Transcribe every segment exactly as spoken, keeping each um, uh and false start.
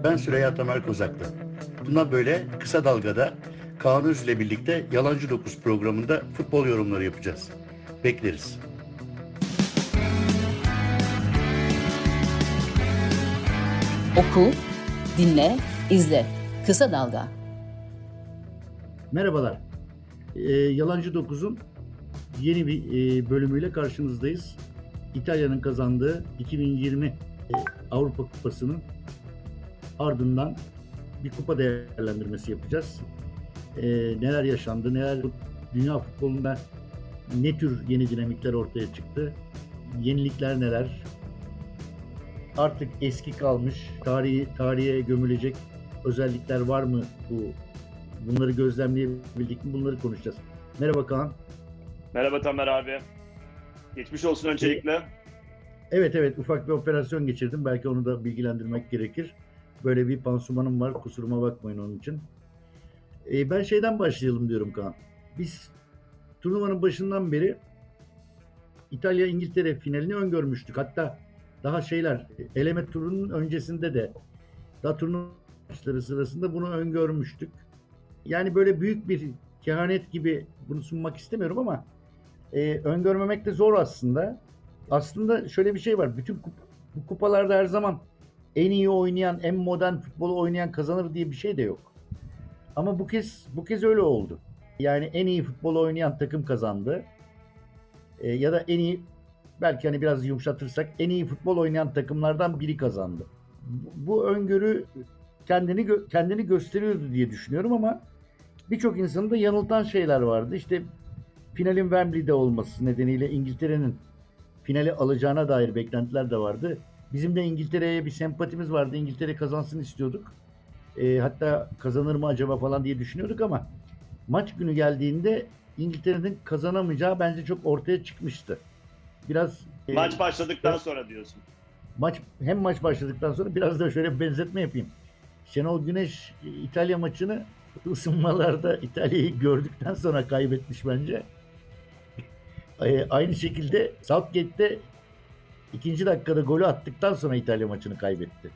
Ben Süreyya Tamer Kozaklı. Bundan böyle Kısa Dalga'da Kaan Öz ile birlikte Yalancı Dokuz programında futbol yorumları yapacağız. Bekleriz. Oku, dinle, izle. Kısa Dalga. Merhabalar. Ee, Yalancı Dokuz'un yeni bir e, bölümüyle karşınızdayız. İtalya'nın kazandığı iki bin yirmi e, Avrupa Kupası'nın ardından bir kupa değerlendirmesi yapacağız. E, neler yaşandı, neler dünya futbolunda ne tür yeni dinamikler ortaya çıktı, yenilikler neler, artık eski kalmış, tarihi tarihe gömülecek özellikler var mı bu? Bunları gözlemleyebildik mi? Bunları konuşacağız. Merhaba Kaan. Merhaba Tamer abi. Geçmiş olsun öncelikle. Evet evet ufak bir operasyon geçirdim. Belki onu da bilgilendirmek gerekir. Böyle bir pansumanım var. Kusuruma bakmayın onun için. Ee, ben şeyden başlayalım diyorum Kaan. Biz turnuvanın başından beri İtalya-İngiltere finalini öngörmüştük. Hatta daha şeyler eleme turunun öncesinde de daha turnuva maçları sırasında bunu öngörmüştük. Yani böyle büyük bir kehanet gibi bunu sunmak istemiyorum ama e, öngörmemek de zor aslında. Aslında şöyle bir şey var. Bütün kup, bu kupalarda her zaman en iyi oynayan, en modern futbolu oynayan kazanır diye bir şey de yok. Ama bu kez bu kez öyle oldu. Yani en iyi futbolu oynayan takım kazandı. E, ya da en iyi, belki hani biraz yumuşatırsak, en iyi futbol oynayan takımlardan biri kazandı. Bu, bu öngörü kendini gö- kendini gösteriyordu diye düşünüyorum ama birçok insanı da yanıltan şeyler vardı. İşte finalin Wembley'de olması nedeniyle İngiltere'nin finali alacağına dair beklentiler de vardı. Bizim de İngiltere'ye bir sempatimiz vardı. İngiltere kazansın istiyorduk. E, hatta kazanır mı acaba falan diye düşünüyorduk ama maç günü geldiğinde İngiltere'nin kazanamayacağı bence çok ortaya çıkmıştı. Biraz Maç e, başladıktan sonra diyorsun. Maç hem maç başladıktan sonra biraz da şöyle bir benzetme yapayım. Şenol Güneş İtalya maçını ısınmalarda İtalya'yı gördükten sonra kaybetmiş bence. Aynı şekilde Southgate'de ikinci dakikada golü attıktan sonra İtalya maçını kaybetti.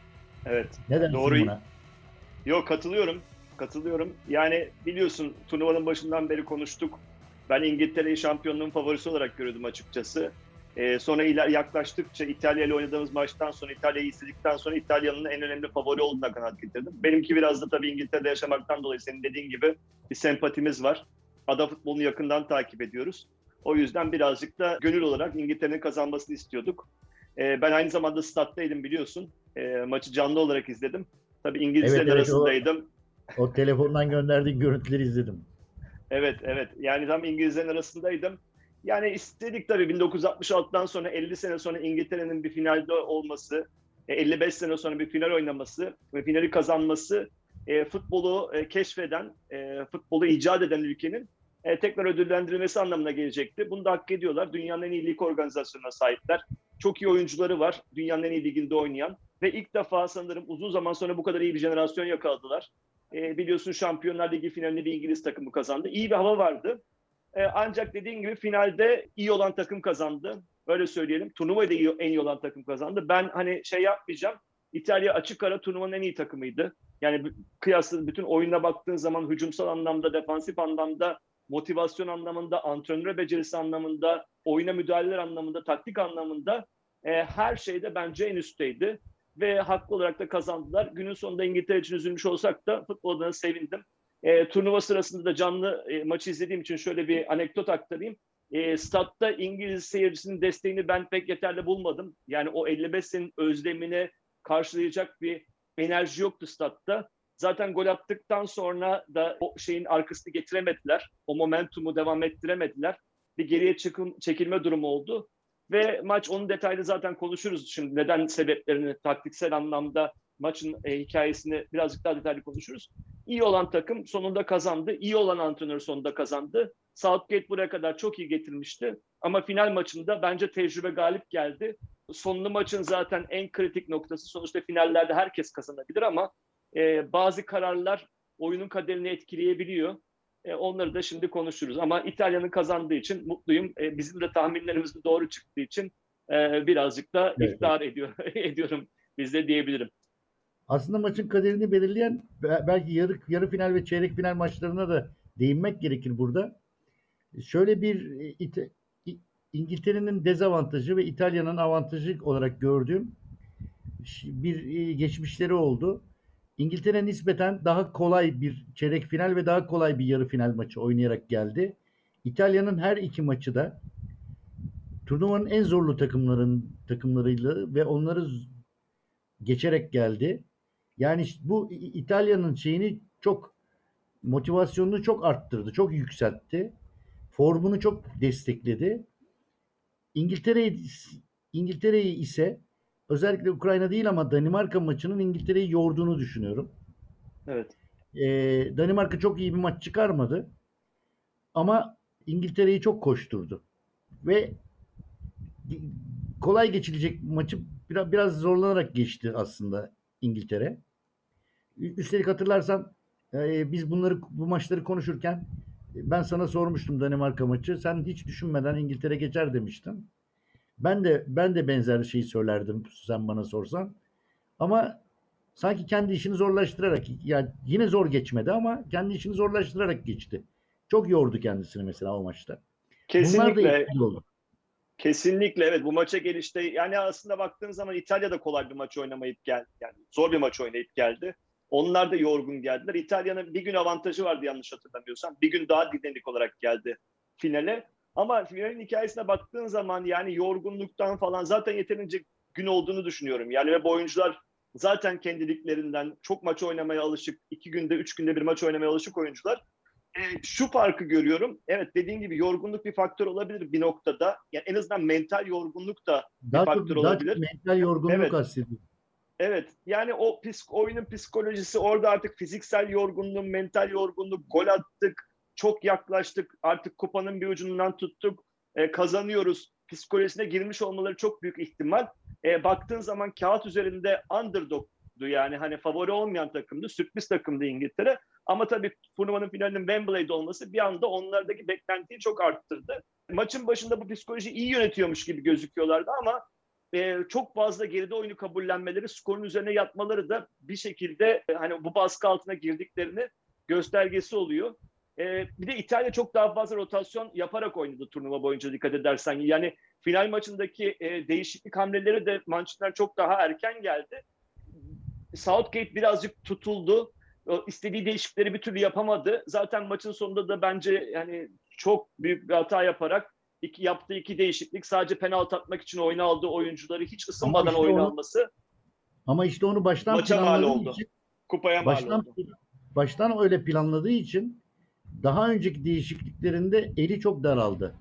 Evet. Ne dersin Doğru. buna? Yok, katılıyorum. Katılıyorum. Yani biliyorsun, turnuvanın başından beri konuştuk. Ben İngiltere'yi şampiyonluğun favorisi olarak görüyordum açıkçası. Ee, sonra iler yaklaştıkça İtalya ile oynadığımız maçtan sonra, İtalya'yı istedikten sonra İtalya'nın en önemli favori olduğuna kanaat getirdim. Benimki biraz da tabii İngiltere'de yaşamaktan dolayı senin dediğin gibi bir sempatimiz var. Ada futbolunu yakından takip ediyoruz. O yüzden birazcık da gönül olarak İngiltere'nin kazanmasını istiyorduk. Ee, ben aynı zamanda stat'taydım biliyorsun. Ee, maçı canlı olarak izledim. Tabii İngilizlerin Evet, evet, arasındaydım. O, o telefondan gönderdiğin görüntüleri izledim. Evet, evet. Yani tam İngilizlerin arasındaydım. Yani istedik tabii, bin dokuz yüz altmış altıdan sonra elli sene sonra İngiltere'nin bir finalde olması, elli beş sene sonra bir final oynaması ve finali kazanması, e, futbolu e, keşfeden, e, futbolu icat eden ülkenin e, tekrar ödüllendirilmesi anlamına gelecekti. Bunu da hak ediyorlar. Dünyanın en iyi lig organizasyonuna sahipler. Çok iyi oyuncuları var dünyanın en iyi liginde oynayan ve ilk defa sanırım uzun zaman sonra bu kadar iyi bir jenerasyon yakaladılar. E, biliyorsun Şampiyonlar Ligi finalini bir İngiliz takımı kazandı. İyi bir hava vardı. E, ancak dediğin gibi finalde iyi olan takım kazandı. Öyle söyleyelim. Turnuvayı da iyi, en iyi olan takım kazandı. Ben hani şey yapmayacağım. İtalya açık ara turnuvanın en iyi takımıydı. Yani kıyaslı bütün oyuna baktığın zaman hücumsal anlamda, defansif anlamda, motivasyon anlamında, antrenör becerisi anlamında, oyuna müdahaleler anlamında, taktik anlamında e, her şeyde bence en üstteydi. Ve haklı olarak da kazandılar. Günün sonunda İngiltere için üzülmüş olsak da futbol adına sevindim. E, turnuva sırasında da canlı e, maçı izlediğim için şöyle bir anekdot aktarayım. E, statta İngiliz seyircisinin desteğini ben pek yeterli bulmadım. Yani o elli beş senenin özlemini karşılayacak bir enerji yoktu statta. Zaten gol attıktan sonra da o şeyin arkasını getiremediler. O momentumu devam ettiremediler. Bir geriye çıkın, çekilme durumu oldu. Ve maç, onun detaylı zaten konuşuruz şimdi. Neden sebeplerini, taktiksel anlamda maçın e, hikayesini birazcık daha detaylı konuşuruz. İyi olan takım sonunda kazandı. İyi olan antrenör sonunda kazandı. Southgate buraya kadar çok iyi getirmişti. Ama final maçında bence tecrübe galip geldi. Sonlu maçın zaten en kritik noktası, sonuçta finallerde herkes kazanabilir ama e, bazı kararlar oyunun kaderini etkileyebiliyor. E, onları da şimdi konuşuruz. Ama İtalya'nın kazandığı için mutluyum. E, bizim de tahminlerimizin doğru çıktığı için e, birazcık da Evet, iftihar ediyor, ediyorum biz de diyebilirim. Aslında maçın kaderini belirleyen belki yarı yarı final ve çeyrek final maçlarına da değinmek gerekir burada. Şöyle bir İngiltere'nin dezavantajı ve İtalya'nın avantajı olarak gördüğüm bir geçmişleri oldu. İngiltere nispeten daha kolay bir çeyrek final ve daha kolay bir yarı final maçı oynayarak geldi. İtalya'nın her iki maçı da turnuvanın en zorlu takımların takımlarıyla ve onları geçerek geldi. Yani bu İtalya'nın şeyini çok motivasyonunu çok arttırdı, çok yükseltti. Formunu çok destekledi. İngiltere İngiltere'yi ise özellikle Ukrayna değil ama Danimarka maçının İngiltere'yi yorduğunu düşünüyorum. Evet. Ee, Danimarka çok iyi bir maç çıkarmadı. Ama İngiltere'yi çok koşturdu. Ve kolay geçilecek maçı biraz, biraz zorlanarak geçti aslında İngiltere. Üstelik hatırlarsan e, biz bunları bu maçları konuşurken ben sana sormuştum Danimarka maçı. Sen hiç düşünmeden İngiltere geçer demiştin. Ben de ben de benzer şeyi söylerdim sen bana sorsan. Ama sanki kendi işini zorlaştırarak, yani yine zor geçmedi ama kendi işini zorlaştırarak geçti. Çok yordu kendisini mesela o maçta. Bunlar da Kesinlikle. etkili oldu. Kesinlikle evet, bu maça gelişte yani aslında baktığın zaman İtalya da kolay bir maç oynamayıp geldi. Yani zor bir maç oynayıp geldi. Onlar da yorgun geldiler. İtalya'nın bir gün avantajı vardı yanlış hatırlamıyorsam. Bir gün daha dinamik olarak geldi finale. Ama finalin hikayesine baktığın zaman yani yorgunluktan falan zaten yeterince gün olduğunu düşünüyorum. Yani ve bu oyuncular zaten kendiliklerinden çok maç oynamaya alışık. iki günde, üç günde bir maç oynamaya alışık oyuncular. E, şu farkı görüyorum. Evet, dediğin gibi yorgunluk bir faktör olabilir bir noktada. Yani en azından mental yorgunluk da bir Daha faktör çok, daha olabilir. çok mental yorgunluk Evet. kastediyorum. Evet. Yani o psik oyunun psikolojisi orada artık fiziksel yorgunluk, mental yorgunluk, gol attık, çok yaklaştık, artık kupanın bir ucundan tuttuk, e, kazanıyoruz psikolojisine girmiş olmaları çok büyük ihtimal. E, baktığın zaman kağıt üzerinde underdog'du, yani hani favori olmayan takımdı, sürpriz takımdı İngiltere. Ama tabii turnuvanın finalinin Wembley'de olması bir anda onlardaki beklentiyi çok arttırdı. Maçın başında bu psikolojiyi iyi yönetiyormuş gibi gözüküyorlardı ama e, çok fazla geride oyunu kabullenmeleri, skorun üzerine yatmaları da bir şekilde e, hani bu baskı altına girdiklerini göstergesi oluyor. E, bir de İtalya çok daha fazla rotasyon yaparak oynadı turnuva boyunca dikkat edersen. Yani final maçındaki e, değişiklik hamleleri de Manchester'dan çok daha erken geldi. Southgate birazcık tutuldu. O istediği değişiklikleri bir türlü yapamadı. Zaten maçın sonunda da bence yani çok büyük bir hata yaparak iki, yaptığı iki değişiklik, sadece penaltı atmak için oyuna aldığı oyuncuları hiç ısınmadan işte oyuna onu, alması ama işte onu baştan maça mal planladığı oldu. için Kupaya mal baştan oldu. baştan öyle planladığı için daha önceki değişikliklerinde eli çok daraldı.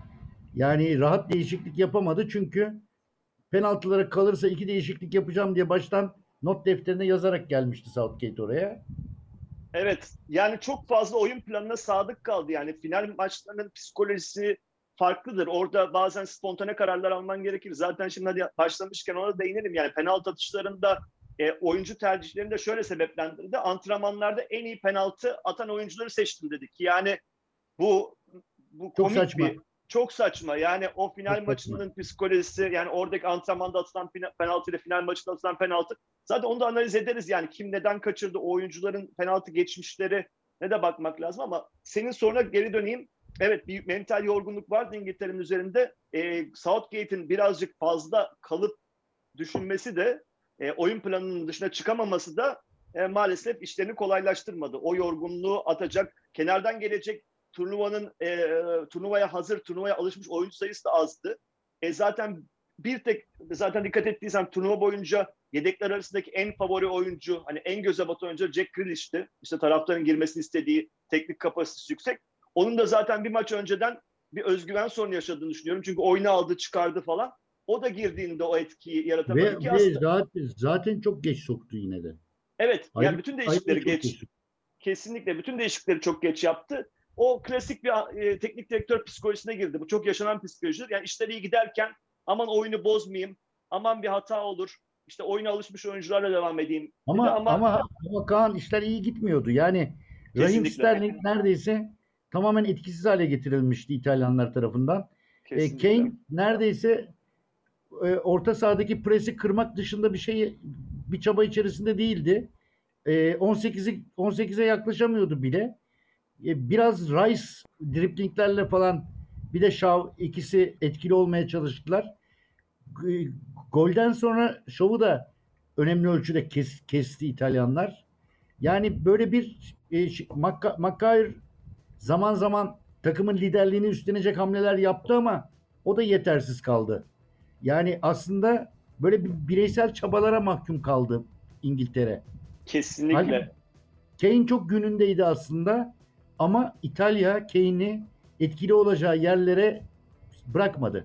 Yani rahat değişiklik yapamadı çünkü penaltılara kalırsa iki değişiklik yapacağım diye baştan not defterine yazarak gelmişti Southgate oraya. Evet, yani çok fazla oyun planına sadık kaldı. Yani final maçlarının psikolojisi farklıdır. Orada bazen spontane kararlar alman gerekir. Zaten şimdi hadi başlamışken ona değinelim. Yani penaltı atışlarında e, oyuncu tercihlerini de şöyle sebeplendirdi. Antrenmanlarda en iyi penaltı atan oyuncuları seçtim dedik. Yani bu bu Çok komik saçma. bir, çok saçma. Yani o final Çok maçının saçma. psikolojisi, yani oradaki antrenmanda atılan penaltı ile final maçında atılan penaltı. Zaten onu da analiz ederiz, yani kim neden kaçırdı, o oyuncuların penaltı geçmişleri ne de bakmak lazım. Ama senin soruna geri döneyim. Evet, bir mental yorgunluk vardı İngiltere'nin üzerinde. E, Southgate'in birazcık fazla kalıp düşünmesi de e, oyun planının dışına çıkamaması da e, maalesef işlerini kolaylaştırmadı. O yorgunluğu atacak, kenardan gelecek turnuvanın e, turnuvaya hazır, turnuvaya alışmış oyuncu sayısı da azdı. E, zaten bir tek zaten dikkat ettiysen turnuva boyunca yedekler arasındaki en favori oyuncu, hani en göze batan oyuncu Jack Grealish'ti. İşte taraftarın girmesini istediği, teknik kapasitesi yüksek. Onun da zaten bir maç önceden bir özgüven sorunu yaşadığını düşünüyorum. Çünkü oyunu aldı, çıkardı falan. O da girdiğinde o etkiyi yaratamadı Ve, ki ve aslında. zaten, zaten çok geç soktu yine de. Evet, Ayrı, yani bütün ayrı değişiklikleri çok geç, geç. kesinlikle bütün değişiklikleri çok geç yaptı. O klasik bir e, teknik direktör psikolojisine girdi. Bu çok yaşanan psikolojidir. Yani işler iyi giderken aman oyunu bozmayayım, aman bir hata olur, İşte oyuna alışmış oyuncularla devam edeyim dedi Ama ama ama ama Kaan işler iyi gitmiyordu. Yani Raheem kesinlikle, Sterling neredeyse tamamen etkisiz hale getirilmişti İtalyanlar tarafından. E, kesinlikle. Kane neredeyse e, orta sahadaki presi kırmak dışında bir şey bir çaba içerisinde değildi. E, on sekizi on sekize yaklaşamıyordu bile. E, biraz Rice driplinglerle falan bir de Shaw ikisi etkili olmaya çalıştılar. E, golden sonra Shaw'u da önemli ölçüde kes, kesti İtalyanlar. Yani böyle bir e, Maguire zaman zaman takımın liderliğini üstlenecek hamleler yaptı ama o da yetersiz kaldı. Yani aslında böyle bir bireysel çabalara mahkum kaldı İngiltere. Kesinlikle. Halbuki Kane çok günündeydi aslında ama İtalya Kane'i etkili olacağı yerlere bırakmadı.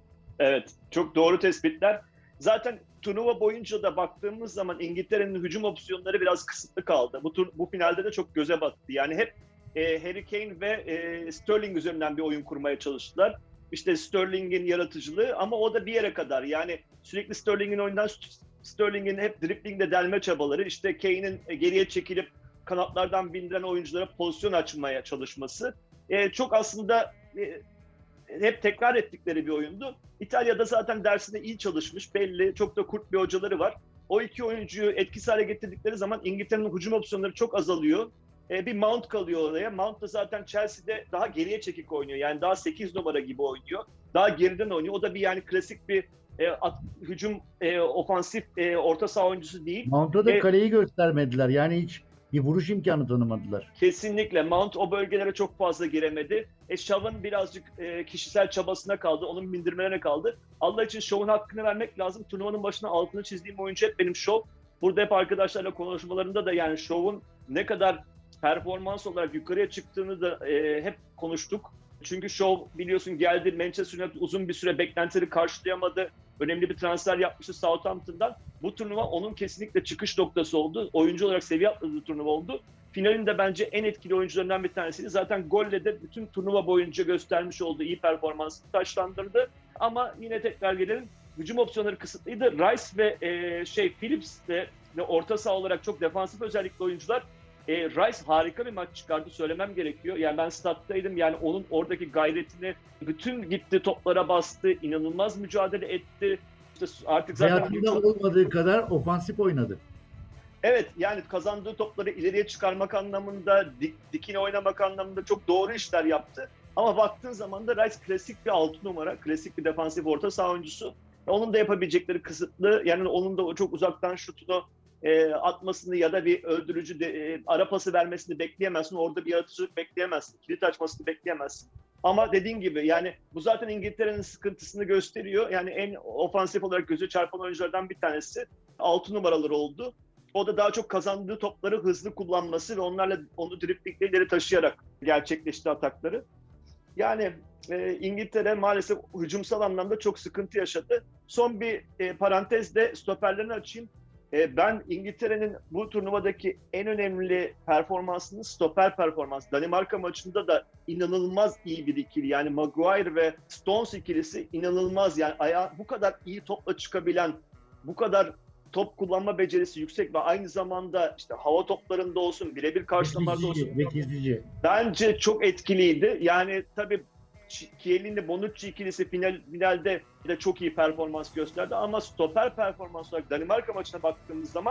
Evet, çok doğru tespitler. Zaten turnuva boyunca da baktığımız zaman İngiltere'nin hücum opsiyonları biraz kısıtlı kaldı. Bu tur, bu finalde de çok göze battı. Yani hep e, Harry Kane ve e, Sterling üzerinden bir oyun kurmaya çalıştılar. İşte Sterling'in yaratıcılığı ama o da bir yere kadar. Yani sürekli Sterling'in oyundan Sterling'in hep driplingde delme çabaları, işte Kane'in geriye çekilip kanatlardan bindiren oyunculara pozisyon açmaya çalışması. E, çok aslında e, hep tekrar ettikleri bir oyundu. İtalya'da zaten dersinde iyi çalışmış, belli. Çok da kurt bir hocaları var. O iki oyuncuyu etkisiz hale getirdikleri zaman İngiltere'nin hücum opsiyonları çok azalıyor. E, bir Mount kalıyor oraya. Mount da zaten Chelsea'de daha geriye çekik oynuyor. Yani daha sekiz numara gibi oynuyor. Daha geriden oynuyor. O da bir yani klasik bir e, at, hücum, e, ofansif e, orta saha oyuncusu değil. Mount'a da e, kaleyi göstermediler. Yani hiç bir vuruş imkanı tanımadılar. Kesinlikle. Mount o bölgelere çok fazla giremedi. E, Shaw'ın birazcık e, kişisel çabasına kaldı. Onun bindirmelerine kaldı. Allah için Shaw'un hakkını vermek lazım. Turnuvanın başına altını çizdiğim oyuncu hep benim Shaw. Burada hep arkadaşlarla konuşmalarında da yani Shaw'un ne kadar performans olarak yukarıya çıktığını da e, hep konuştuk. Çünkü Shaw biliyorsun geldi, Manchester United uzun bir süre beklentileri karşılayamadı. Önemli bir transfer yapmıştı Southampton'dan. Bu turnuva onun kesinlikle çıkış noktası oldu. Oyuncu olarak seviye atladığı turnuva oldu. Finalinde bence en etkili oyuncularından bir tanesiydi. Zaten golle de bütün turnuva boyunca göstermiş olduğu iyi performansını taçlandırdı. Ama yine tekrar gelelim. Hücum opsiyonları kısıtlıydı. Rice ve e, şey Phillips de, de orta saha olarak çok defansif özellikli oyuncular. E, Rice harika bir maç çıkardı, söylemem gerekiyor. Yani ben stat'taydım. Yani onun oradaki gayretini, bütün gitti toplara bastı, inanılmaz mücadele etti. İşte artık zaten Hayatında çok... olmadığı kadar ofansif oynadı. Evet, yani kazandığı topları ileriye çıkarmak anlamında, dik, dikine oynamak anlamında çok doğru işler yaptı. Ama baktığın zaman da Rice klasik bir altı numara, klasik bir defansif orta saha oyuncusu. Onun da yapabilecekleri kısıtlı. Yani onun da o çok uzaktan şutunu e, atmasını ya da bir öldürücü de, e, ara pası vermesini bekleyemezsin. Orada bir yaratıcılık bekleyemezsin. Kilit açmasını bekleyemezsin. Ama dediğin gibi yani bu zaten İngiltere'nin sıkıntısını gösteriyor. Yani en ofansif olarak göze çarpan oyunculardan bir tanesi altı numaraları oldu. O da daha çok kazandığı topları hızlı kullanması ve onlarla onu driplingle ileri taşıyarak gerçekleşti atakları. Yani e, İngiltere maalesef hücumsal anlamda çok sıkıntı yaşadı. Son bir e, parantezde stoperlerini açayım. E, ben İngiltere'nin bu turnuvadaki en önemli performansının stoper performansı. Danimarka maçında da inanılmaz iyi bir ikili. Yani Maguire ve Stones ikilisi inanılmaz. Yani ayağı bu kadar iyi topla çıkabilen, bu kadar top kullanma becerisi yüksek ve aynı zamanda işte hava toplarında olsun, birebir karşılamalarda olsun. Vekizici. Bence çok etkiliydi. Yani tabii Chiellini Bonucci ikilisi final, finalde de çok iyi performans gösterdi ama stoper performans olarak Danimarka maçına baktığımız zaman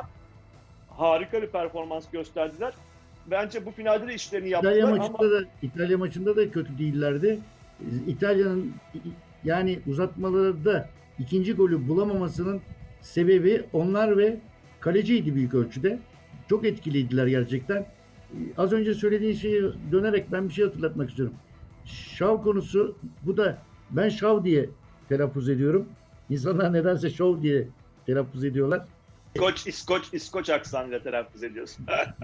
harika bir performans gösterdiler. Bence bu finalde de işlerini yaptılar. İtalya maçında ama... da İtalya maçında da kötü değillerdi. İtalya'nın yani uzatmalarda ikinci golü bulamamasının sebebi onlar ve kaleciydi büyük ölçüde. Çok etkiliydiler gerçekten. Az önce söylediğin şeye dönerek ben bir şey hatırlatmak istiyorum. Şov konusu, bu da ben şov diye telaffuz ediyorum. İnsanlar nedense şov diye telaffuz ediyorlar. İskoç, İskoç, İskoç aksanıyla telaffuz ediyorsun.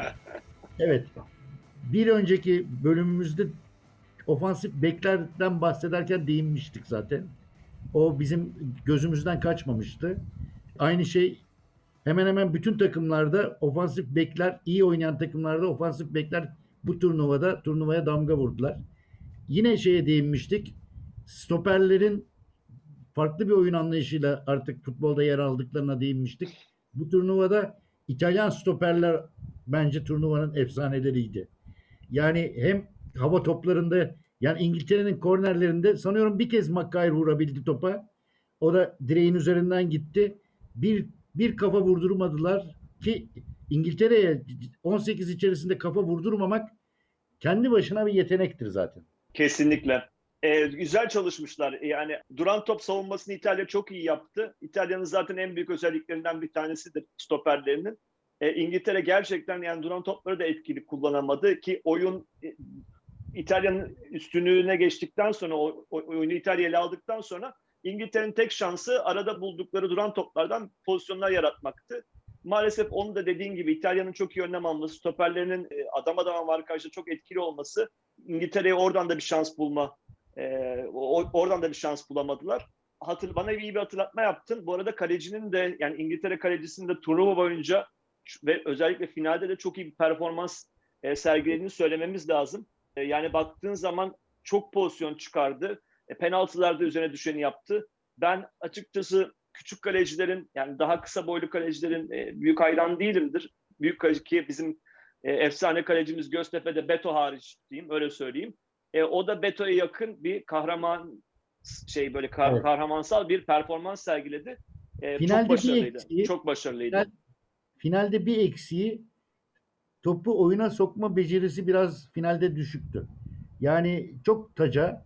Evet. Bir önceki bölümümüzde ofansif beklerden bahsederken değinmiştik zaten. O bizim gözümüzden kaçmamıştı. Aynı şey hemen hemen bütün takımlarda ofansif bekler, iyi oynayan takımlarda ofansif bekler bu turnuvada turnuvaya damga vurdular. Yine şeye değinmiştik. Stoperlerin farklı bir oyun anlayışıyla artık futbolda yer aldıklarına değinmiştik. Bu turnuvada İtalyan stoperler bence turnuvanın efsaneleriydi. Yani hem hava toplarında, yani İngiltere'nin kornerlerinde sanıyorum bir kez Maguire vurabildi topa. O da direğin üzerinden gitti. Bir bir kafa vurdurmadılar ki İngiltere'ye on sekiz içerisinde kafa vurdurmamak kendi başına bir yetenektir zaten. Kesinlikle. Ee, güzel çalışmışlar. Yani duran top savunmasını İtalya çok iyi yaptı. İtalya'nın zaten en büyük özelliklerinden bir tanesidir stoperlerinin. Ee, İngiltere gerçekten yani duran topları da etkili kullanamadı ki oyun e, İtalya'nın üstünlüğüne geçtikten sonra o, o, oyunu İtalya ele aldıktan sonra İngiltere'nin tek şansı arada buldukları duran toplardan pozisyonlar yaratmaktı. Maalesef onu da dediğin gibi İtalya'nın çok iyi önlem alması, stoperlerinin e, adam adama markajda çok etkili olması İngiltere'ye oradan da bir şans bulma, e, o, oradan da bir şans bulamadılar. Hatır, bana iyi bir hatırlatma yaptın. Bu arada kalecinin de yani İngiltere kalecisinin de turnuva boyunca ve özellikle finalde de çok iyi bir performans e, sergilediğini söylememiz lazım. E, yani baktığın zaman çok pozisyon çıkardı. E, penaltılarda üzerine düşeni yaptı. Ben açıkçası küçük kalecilerin yani daha kısa boylu kalecilerin e, büyük hayran değilimdir. Büyük kaleci ki bizim e, efsane kalecimiz Göztepe'de Beto hariç diyeyim öyle söyleyeyim. E, o da Beto'ya yakın bir kahraman şey böyle kah- Evet. kahramansal bir performans sergiledi. E, Finalde çok bir başarılıydı. eksiği- Çok başarılıydı. Final- Finalde bir eksiği topu oyuna sokma becerisi biraz finalde düşüktü. Yani çok taca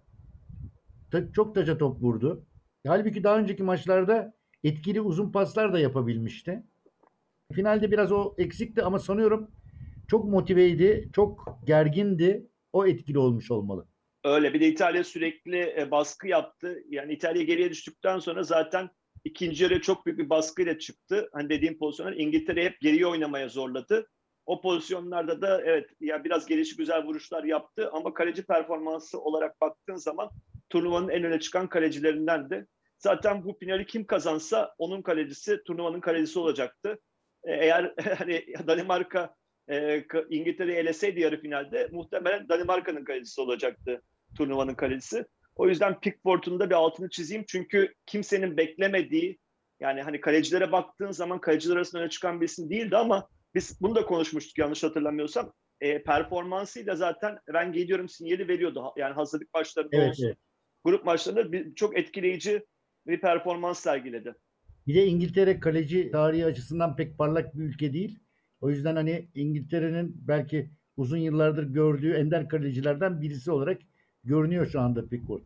ta- çok taca top vurdu. Halbuki daha önceki maçlarda etkili uzun paslar da yapabilmişti. Finalde biraz o eksikti ama sanıyorum çok motiveydi, çok gergindi. O etkili olmuş olmalı. Öyle. Bir de İtalya sürekli e, baskı yaptı. Yani İtalya geriye düştükten sonra zaten ikinci yarı çok büyük bir baskıyla çıktı. Hani dediğim pozisyonlar İngiltere hep geriye oynamaya zorladı. O pozisyonlarda da evet yani biraz gelişi güzel vuruşlar yaptı ama kaleci performansı olarak baktığın zaman turnuvanın en öne çıkan kalecilerindendi. Zaten bu finali kim kazansa onun kalecisi turnuvanın kalecisi olacaktı. E, eğer hani Danimarka e, İngiltere'yi eleseydi yarı finalde muhtemelen Danimarka'nın kalecisi olacaktı turnuvanın kalecisi. O yüzden Pickford'un da bir altını çizeyim. Çünkü kimsenin beklemediği yani hani kalecilere baktığın zaman kaleciler arasında öne çıkan bir isim değildi ama biz bunu da konuşmuştuk yanlış hatırlamıyorsam. E, performansıyla zaten ben geliyorum sinyali veriyordu. Yani hazırlık maçlarında Evet, olsun. evet. Grup maçlarında bir, çok etkileyici bir performans sergiledi. Bir de İngiltere kaleci tarihi açısından pek parlak bir ülke değil. O yüzden hani İngiltere'nin belki uzun yıllardır gördüğü ender kalecilerden birisi olarak görünüyor şu anda Pickford.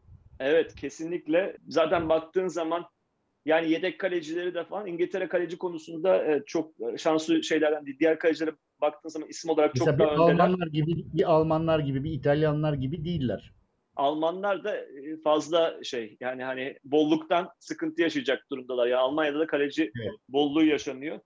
Evet kesinlikle. Zaten baktığın zaman yani yedek kalecileri de falan İngiltere kaleci konusunda e, çok şanslı şeylerden değil. Diğer kalecilere baktığın zaman isim olarak çok Mesela bir daha öndeler. Almanlar gibi, bir Almanlar gibi, bir İtalyanlar gibi değiller. Almanlar da e, fazla şey yani hani bolluktan sıkıntı yaşayacak durumdalar. Yani Almanya'da da kaleci Evet. bolluğu yaşanıyor.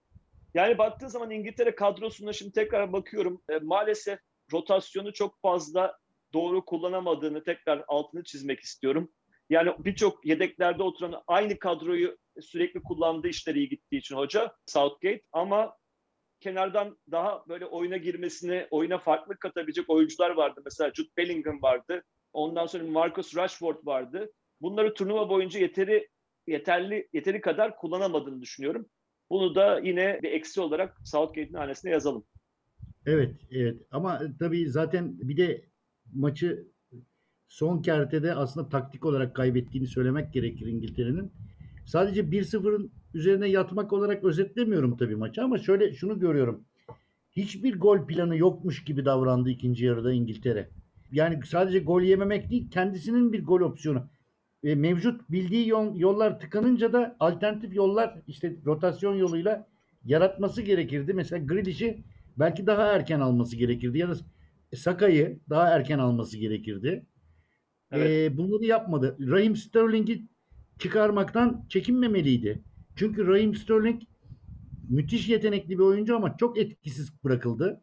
Yani baktığın zaman İngiltere kadrosuna şimdi tekrar bakıyorum. E, maalesef rotasyonu çok fazla doğru kullanamadığını tekrar altını çizmek istiyorum. Yani birçok yedeklerde oturan aynı kadroyu sürekli kullandığı işleri iyi gittiği için hoca Southgate ama kenardan daha böyle oyuna girmesini, oyuna farklılık katabilecek oyuncular vardı. Mesela Jude Bellingham vardı. Ondan sonra Marcus Rashford vardı. Bunları turnuva boyunca yeteri yeterli yeteri kadar kullanamadığını düşünüyorum. Bunu da yine bir eksi olarak Southgate'in hanesine yazalım. Evet, evet. Ama tabii zaten bir de maçı son kertede aslında taktik olarak kaybettiğini söylemek gerekir İngiltere'nin. Sadece bir sıfırın üzerine yatmak olarak özetlemiyorum tabii maçı ama şöyle şunu görüyorum. Hiçbir gol planı yokmuş gibi davrandı ikinci yarıda İngiltere. Yani sadece gol yememek değil, kendisinin bir gol opsiyonu. E, mevcut bildiği yol, yollar tıkanınca da alternatif yollar işte rotasyon yoluyla yaratması gerekirdi. Mesela Grealish'i belki daha erken alması gerekirdi ya da Saka'yı daha erken alması gerekirdi. Evet. E, bunları yapmadı. Raheem Sterling'i çıkarmaktan çekinmemeliydi. Çünkü Raheem Sterling müthiş yetenekli bir oyuncu ama çok etkisiz bırakıldı.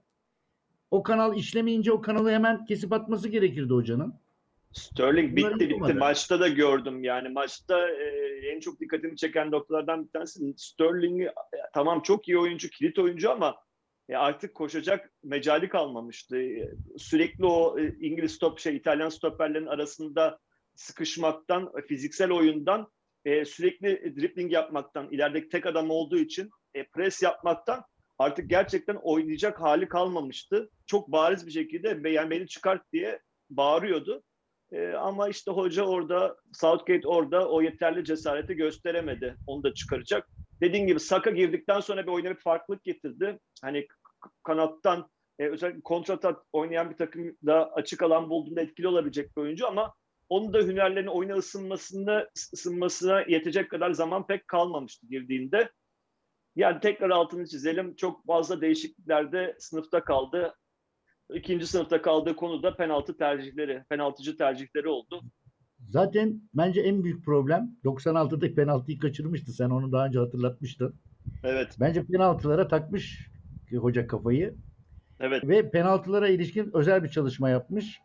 O kanal işlemeyince o kanalı hemen kesip atması gerekirdi hocanın. Sterling Bunları bitti bitti. yapamadı. Maçta da gördüm yani. Maçta e, en çok dikkatimi çeken noktalardan bir tanesi Sterling'i e, tamam çok iyi oyuncu, kilit oyuncu ama e, artık koşacak mecali kalmamıştı. E, sürekli o e, İngiliz stop şey İtalyan stoperlerin arasında sıkışmaktan, e, fiziksel oyundan e, sürekli dribbling yapmaktan, ilerideki tek adam olduğu için e, pres yapmaktan artık gerçekten oynayacak hali kalmamıştı. Çok bariz bir şekilde yani beni çıkart diye bağırıyordu. Ee, ama işte hoca orada, Southgate orada o yeterli cesareti gösteremedi. Onu da çıkaracak. dediğin gibi Saka girdikten sonra bir oyuna bir farklılık getirdi. Hani kanattan e, özellikle kontratak oynayan bir takımda açık alan bulduğunda etkili olabilecek bir oyuncu ama onun da hünerlerinin oyuna ısınmasını, ısınmasına yetecek kadar zaman pek kalmamıştı girdiğinde. Yani tekrar altını çizelim. Çok fazla değişikliklerde sınıfta kaldı. İkinci sınıfta kaldığı konu da penaltı tercihleri, penaltıcı tercihleri oldu. Zaten bence en büyük problem doksan altıda penaltıyı kaçırmıştı. Sen onu daha önce hatırlatmıştın. Evet. Bence penaltılara takmış hoca kafayı. Evet. Ve penaltılara ilişkin özel bir çalışma yapmış.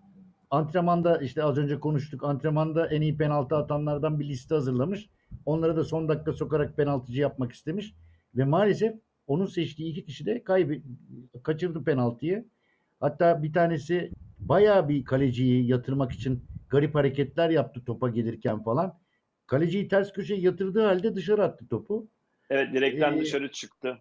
Antrenmanda işte az önce konuştuk. Antrenmanda en iyi penaltı atanlardan bir liste hazırlamış. Onları da son dakika sokarak penaltıcı yapmak istemiş. Ve maalesef onun seçtiği iki kişi de kaybe kaçırdı penaltıyı. Hatta bir tanesi bayağı bir kaleciyi yatırmak için garip hareketler yaptı topa gelirken falan. Kaleciyi ters köşeye yatırdığı halde dışarı attı topu. Evet, direkten Ee, dışarı çıktı.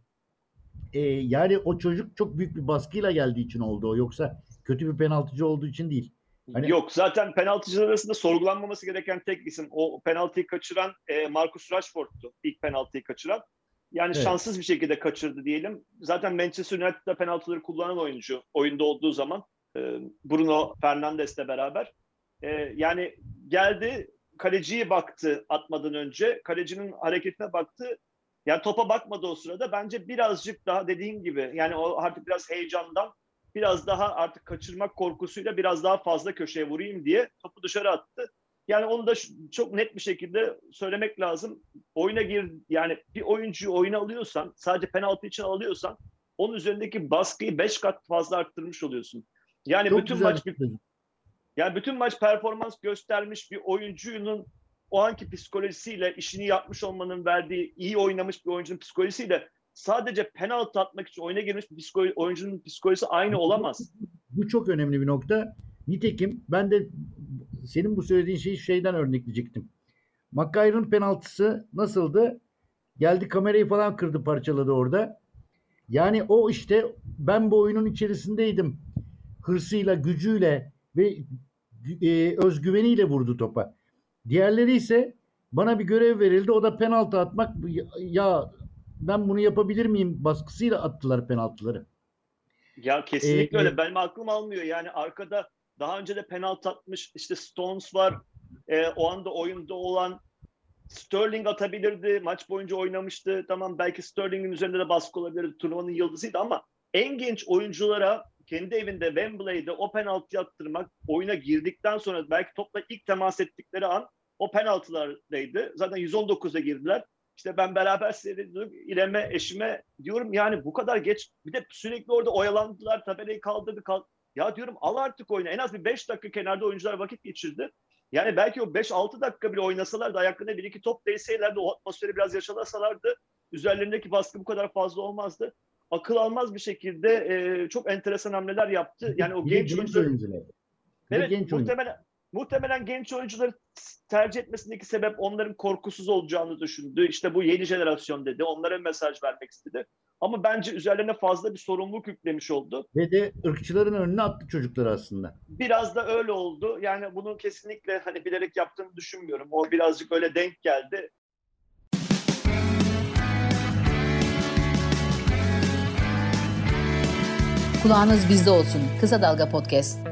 E, yani o çocuk çok büyük bir baskıyla geldiği için oldu o. Yoksa kötü bir penaltıcı olduğu için değil. Hani... Yok, zaten penaltıcılar arasında sorgulanmaması gereken tek isim o penaltıyı kaçıran e, Marcus Rashford'tu. İlk penaltıyı kaçıran. Yani evet. Şanssız bir şekilde kaçırdı diyelim. Zaten Manchester United'da penaltıları kullanan oyuncu oyunda olduğu zaman e, Bruno Fernandes'le beraber. E, yani geldi, kaleciye baktı atmadan önce. Kalecinin hareketine baktı. Yani topa bakmadı o sırada. Bence birazcık daha dediğin gibi yani o artık biraz heyecandan biraz daha artık kaçırmak korkusuyla biraz daha fazla köşeye vurayım diye topu dışarı attı. Yani onu da çok net bir şekilde söylemek lazım. Oyuna gir, yani bir oyuncuyu oyuna alıyorsan, sadece penaltı için alıyorsan onun üzerindeki baskıyı beş kat fazla arttırmış oluyorsun. Yani çok bütün maç bir, yani bütün maç performans göstermiş bir oyuncunun o anki psikolojisiyle işini yapmış olmanın verdiği iyi oynamış bir oyuncunun psikolojisiyle sadece penaltı atmak için oyuna girmiş bir psikolo- oyuncunun psikolojisi aynı olamaz. Bu çok önemli bir nokta. Nitekim ben de senin bu söylediğin şeyi şeyden örnekleyecektim. Maguire'ın penaltısı nasıldı? Geldi kamerayı falan kırdı, parçaladı orada. Yani o işte ben bu oyunun içerisindeydim. Hırsıyla, gücüyle ve e, özgüveniyle vurdu topa. Diğerleri ise bana bir görev verildi. O da penaltı atmak. Ya ben bunu yapabilir miyim baskısıyla attılar penaltıları. Ya kesinlikle ee, öyle. Benim aklım almıyor. Yani arkada daha önce de penaltı atmış işte Stones var. Ee, o anda oyunda olan Sterling atabilirdi. Maç boyunca oynamıştı. Tamam, belki Sterling'in üzerinde de baskı olabilirdi. Turnuvanın yıldızıydı ama en genç oyunculara kendi evinde Wembley'de o penaltı attırmak, oyuna girdikten sonra belki topla ilk temas ettikleri an o penaltılardaydı. Zaten yüz on dokuz'a girdiler. İşte ben beraber seyrediyorduk. İrem'e, eşime diyorum yani bu kadar geç. Bir de sürekli orada oyalandılar. Tabelayı kaldırdı. Kal ya diyorum al artık oyunu. En az bir beş dakika kenarda oyuncular vakit geçirdi. Yani belki o beş altı dakika bile oynasalardı, ayaklarına bir iki top değseylerdi, o atmosferi biraz yaşalasalardı üzerlerindeki baskı bu kadar fazla olmazdı. Akıl almaz bir şekilde e, çok enteresan hamleler yaptı. Yani o genç, genç oyuncular. Evet, genç muhtemelen oyuncu. Muhtemelen genç oyuncuları tercih etmesindeki sebep onların korkusuz olacağını düşündü. İşte bu yeni jenerasyon dedi. Onlara mesaj vermek istedi. Ama bence üzerlerine fazla bir sorumluluk yüklemiş oldu. Ve de ırkçıların önüne attı çocukları aslında. Biraz da öyle oldu. Yani bunu kesinlikle hani bilerek yaptığını düşünmüyorum. O birazcık öyle denk geldi. Kulağınız bizde olsun. Kısa Dalga Podcast.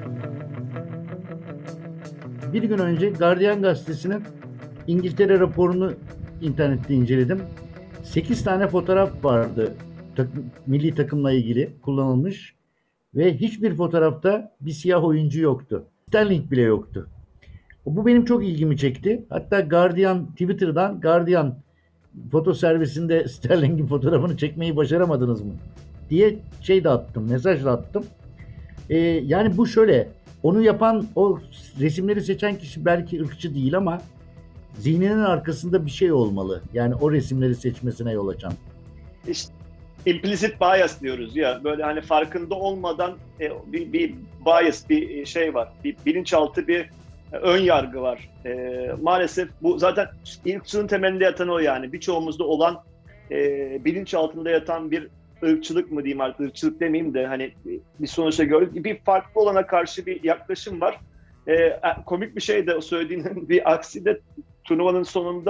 Bir gün önce Guardian gazetesinin İngiltere raporunu internette inceledim. sekiz tane fotoğraf vardı takım, milli takımla ilgili kullanılmış ve hiçbir fotoğrafta bir siyah oyuncu yoktu. Sterling bile yoktu. Bu benim çok ilgimi çekti. Hatta Guardian Twitter'dan Guardian foto servisinde Sterling'in fotoğrafını çekmeyi başaramadınız mı diye şey de attım, mesaj da attım. Ee, yani bu şöyle, onu yapan, o resimleri seçen kişi belki ırkçı değil ama zihninin arkasında bir şey olmalı. Yani o resimleri seçmesine yol açan. İşte implicit bias diyoruz ya, böyle hani farkında olmadan e, bir, bir bias, bir şey var, bir bilinçaltı bir e, ön yargı var. E, maalesef bu zaten ırkçılığın temelinde yatan o, yani birçoğumuzda olan e, bilinçaltında yatan bir ırkçılık mı diyeyim, artık ırkçılık demeyeyim de hani bir sonuçta gördük, bir farklı olana karşı bir yaklaşım var. E, komik bir şey de o söylediğinin bir aksi de turnuvanın sonunda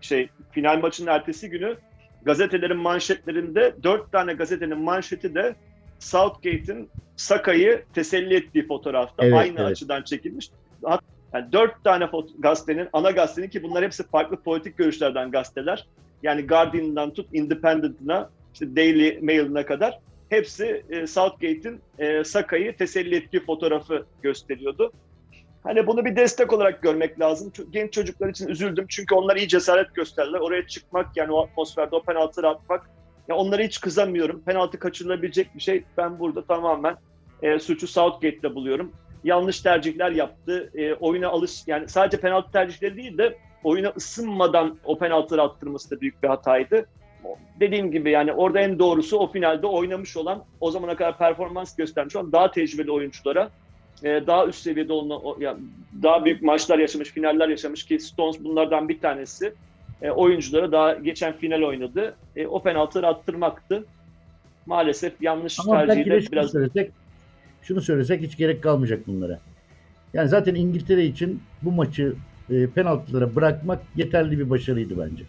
şey final maçının ertesi günü gazetelerin manşetlerinde dört tane gazetenin manşeti de Southgate'in Saka'yı teselli ettiği fotoğrafta Evet, aynı evet. açıdan çekilmiş. Yani dört tane foto- gazetenin, ana gazetenin ki bunlar hepsi farklı politik görüşlerden gazeteler. Yani Guardian'dan tut Independent'ına, işte Daily Mail'ına kadar hepsi e, Southgate'in e, Saka'yı teselli ettiği fotoğrafı gösteriyordu. Hani bunu bir destek olarak görmek lazım. Genç çocuklar için üzüldüm çünkü onlar iyi cesaret gösterdiler. Oraya çıkmak, yani o atmosferde o penaltıları atmak. Ya onlara hiç kızamıyorum. Penaltı kaçırılabilecek bir şey. Ben burada tamamen e, suçu Southgate'de buluyorum. Yanlış tercihler yaptı. E, oyuna alış, yani sadece penaltı tercihleri değil de oyuna ısınmadan o penaltıları attırması da büyük bir hataydı. Dediğim gibi yani orada en doğrusu o finalde oynamış olan, o zamana kadar performans göstermiş olan daha tecrübeli oyunculara, daha üst seviyede olan, yani daha büyük maçlar yaşamış, finaller yaşamış ki Stones bunlardan bir tanesi. E, oyunculara daha geçen final oynadı. E, o penaltıları attırmaktı. Maalesef yanlış Ama belki de tercihiyle şunu biraz... söylesek, şunu söylesek hiç gerek kalmayacak bunlara. Yani zaten İngiltere için bu maçı e, penaltılara bırakmak yeterli bir başarıydı bence.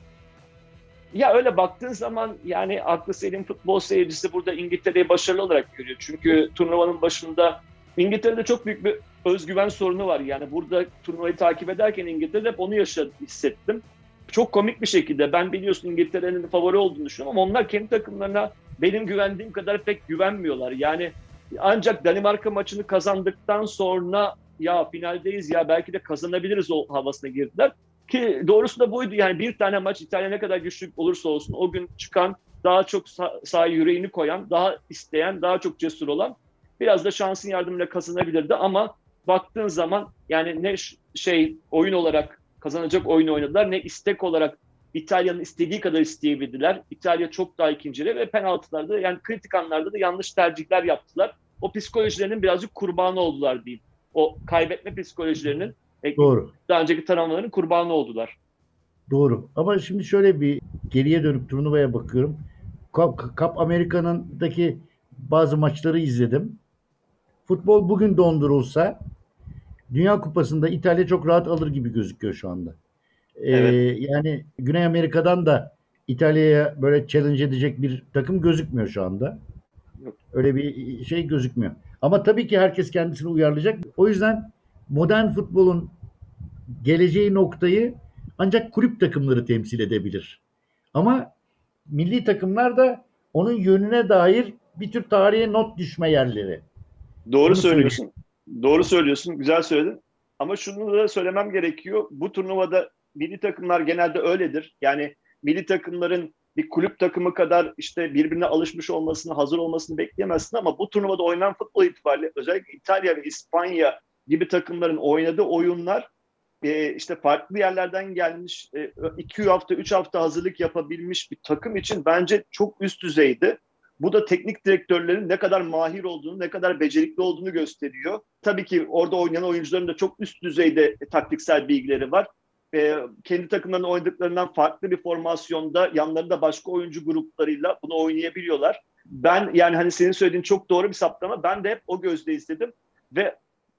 Ya öyle baktığın zaman yani aklı selim futbol seyircisi burada İngiltere'yi başarılı olarak görüyor. Çünkü turnuvanın başında İngiltere'de çok büyük bir özgüven sorunu var. Yani burada turnuvayı takip ederken İngiltere'de hep onu yaşadım, hissettim. Çok komik bir şekilde ben biliyorsun İngiltere'nin favori olduğunu düşünüyorum ama onlar kendi takımlarına benim güvendiğim kadar pek güvenmiyorlar. Yani ancak Danimarka maçını kazandıktan sonra ya finaldeyiz ya belki de kazanabiliriz o havasına girdiler. Ki doğrusu da buydu. Yani bir tane maç İtalya ne kadar güçlü olursa olsun o gün çıkan, daha çok sah- sahaya yüreğini koyan, daha isteyen, daha çok cesur olan biraz da şansın yardımıyla kazanabilirdi ama baktığın zaman yani ne şey oyun olarak kazanacak oyun oynadılar, ne istek olarak İtalya'nın istediği kadar isteyebildiler. İtalya çok daha ikincili ve penaltılarda, yani kritik anlarda da yanlış tercihler yaptılar. O psikolojilerinin birazcık kurbanı oldular diyeyim. O kaybetme psikolojilerinin, Doğru. daha önceki travmaların kurbanı oldular. Doğru. Ama şimdi şöyle bir geriye dönüp turnuvaya bakıyorum. Cup, Cup Amerika'nındaki bazı maçları izledim. Futbol bugün dondurulsa Dünya Kupası'nda İtalya çok rahat alır gibi gözüküyor şu anda. Ee, Evet. Yani Güney Amerika'dan da İtalya'ya böyle challenge edecek bir takım gözükmüyor şu anda. Yok. Öyle bir şey gözükmüyor. Ama tabii ki herkes kendisini uyarlayacak. O yüzden modern futbolun geleceği noktayı ancak kulüp takımları temsil edebilir. Ama milli takımlar da onun yönüne dair bir tür tarihe not düşme yerleri. Doğru Bunu söylüyorsun. Doğru söylüyorsun. Güzel söyledin. Ama şunu da söylemem gerekiyor. Bu turnuvada milli takımlar genelde öyledir. Yani milli takımların bir kulüp takımı kadar işte birbirine alışmış olmasını, hazır olmasını bekleyemezsin ama bu turnuvada oynanan futbol itibariyle özellikle İtalya ve İspanya gibi takımların oynadığı oyunlar e, işte farklı yerlerden gelmiş, e, iki hafta, üç hafta hazırlık yapabilmiş bir takım için bence çok üst düzeydi. Bu da teknik direktörlerin ne kadar mahir olduğunu, ne kadar becerikli olduğunu gösteriyor. Tabii ki orada oynayan oyuncuların da çok üst düzeyde taktiksel bilgileri var. Ee, kendi takımlarının oynadıklarından farklı bir formasyonda yanlarında başka oyuncu gruplarıyla bunu oynayabiliyorlar. Ben yani hani senin söylediğin çok doğru bir saptama. Ben de hep o gözle izledim ve